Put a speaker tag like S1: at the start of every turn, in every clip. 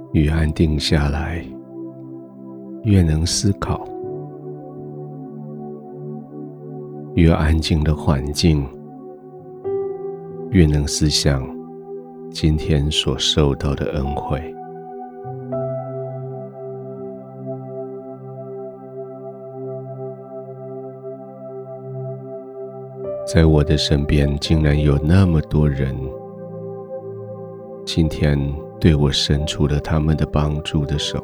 S1: 越安定下来，越能思考；越安静的环境，越能思想今天所受到的恩惠。在我的身边竟然有那么多人，今天对我伸出了他们的帮助的手。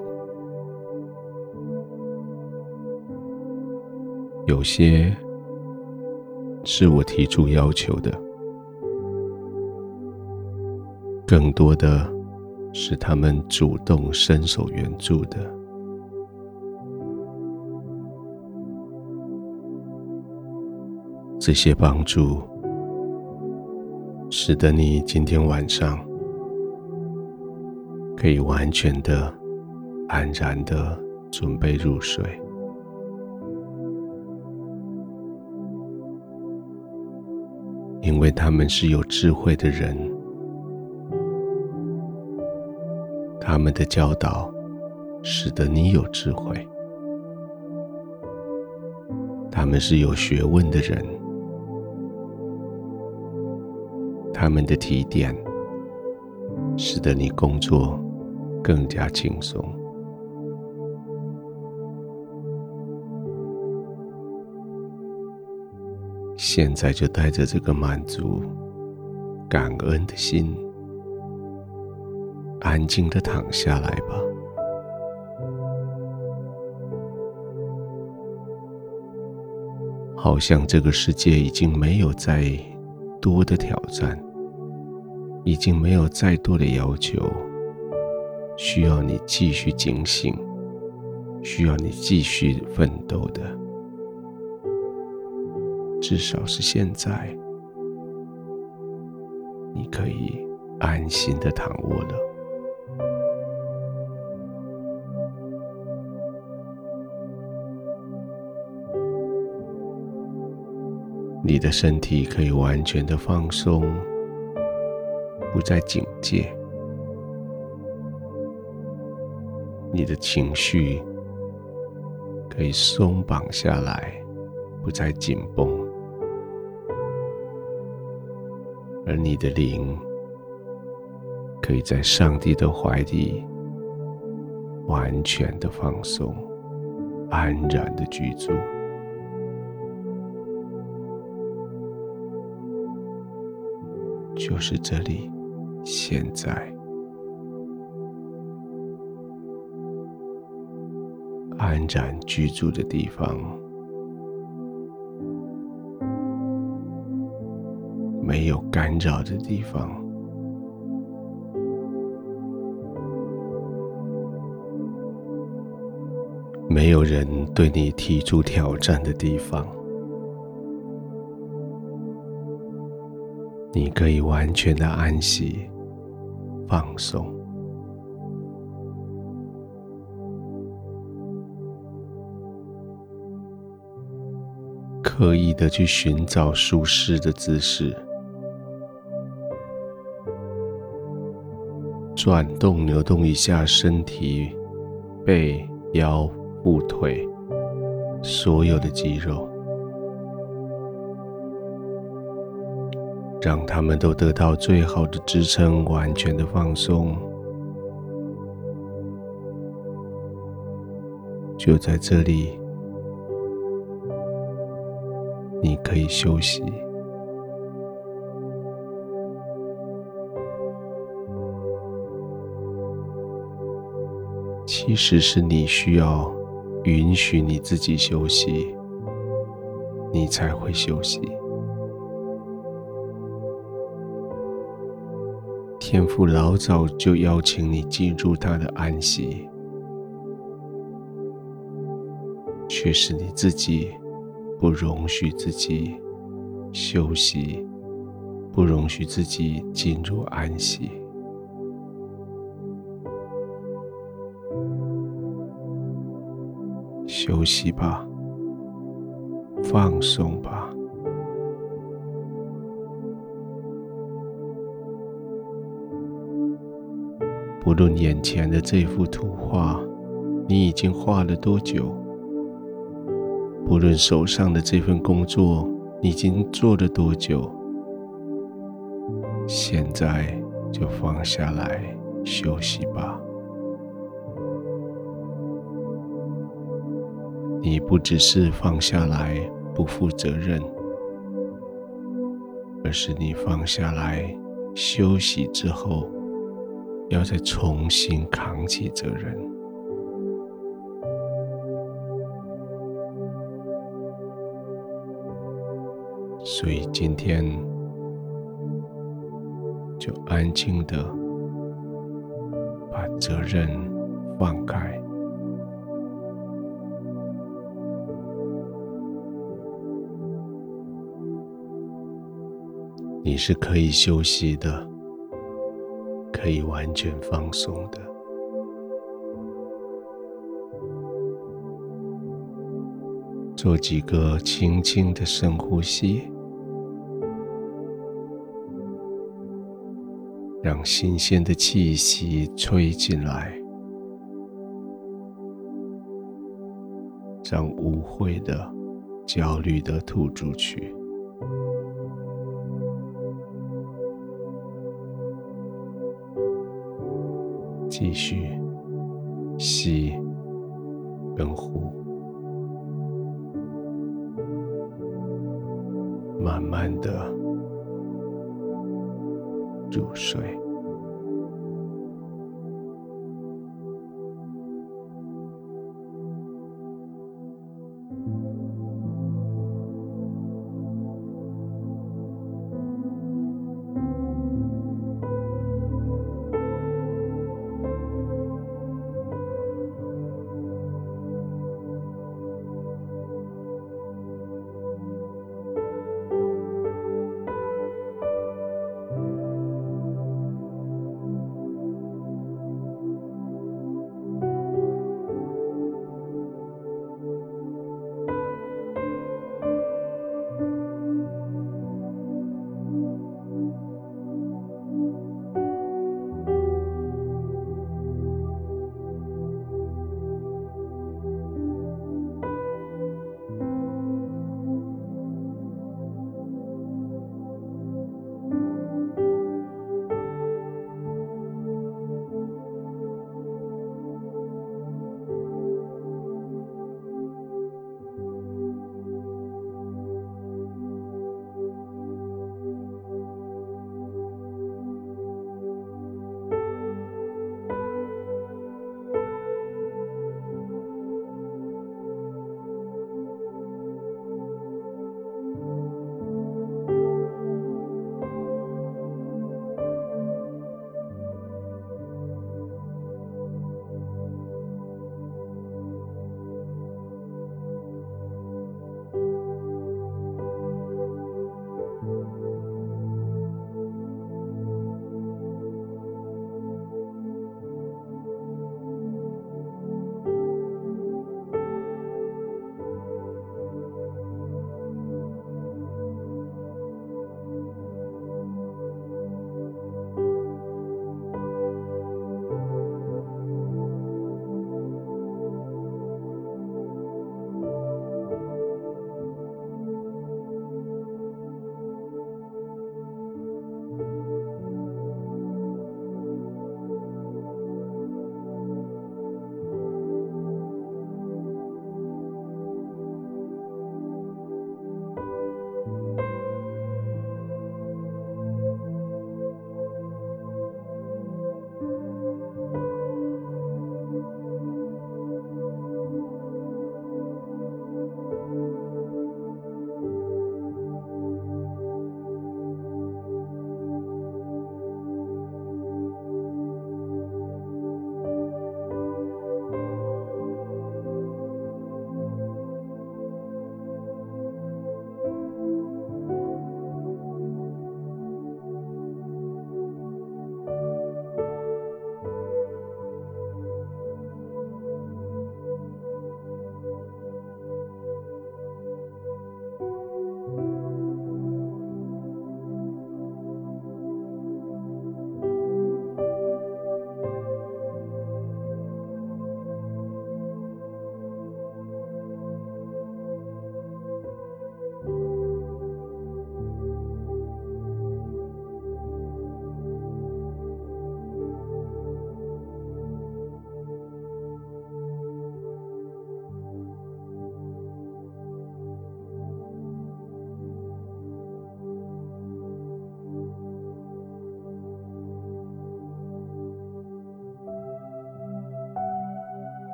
S1: 有些是我提出要求的，更多的是他们主动伸手援助的。这些帮助使得你今天晚上可以完全的安然的准备入睡。因为他们是有智慧的人，他们的教导使得你有智慧，他们是有学问的人，他们的提点使得你工作更加轻松。现在就带着这个满足、感恩的心，安静地躺下来吧。好像这个世界已经没有再多的挑战，已经没有再多的要求，需要你继续警醒，需要你继续奋斗的。至少是现在，你可以安心的躺卧了。你的身体可以完全的放松，不再警戒。你的情绪可以松绑下来，不再紧绷。而你的灵可以在上帝的怀里完全的放松，安然的居住。就是这里，现在，安然居住的地方，没有干扰的地方，没有人对你提出挑战的地方，你可以完全的安息、放松。刻意的去寻找舒适的姿势，转动、扭动一下身体、背、腰、腹、腿，所有的肌肉，让他们都得到最好的支撑，完全的放松。就在这里，你可以休息。其实是你需要允许你自己休息，你才会休息。天父老早就邀请你进入他的安息，却是你自己不容许自己休息，不容许自己进入安息。休息吧，放松吧。 不论眼前的这幅图画你已经画了多久，不论手上的这份工作你已经做了多久，现在就放下来休息吧。你不只是放下来不负责任，而是你放下来休息之后，要再重新扛起责任。所以今天就安静地把责任放开。你是可以休息的，可以完全放松的。做几个轻轻的深呼吸，让新鲜的气息吹进来，让污秽的、焦虑的吐出去。继续吸跟呼，慢慢的入睡。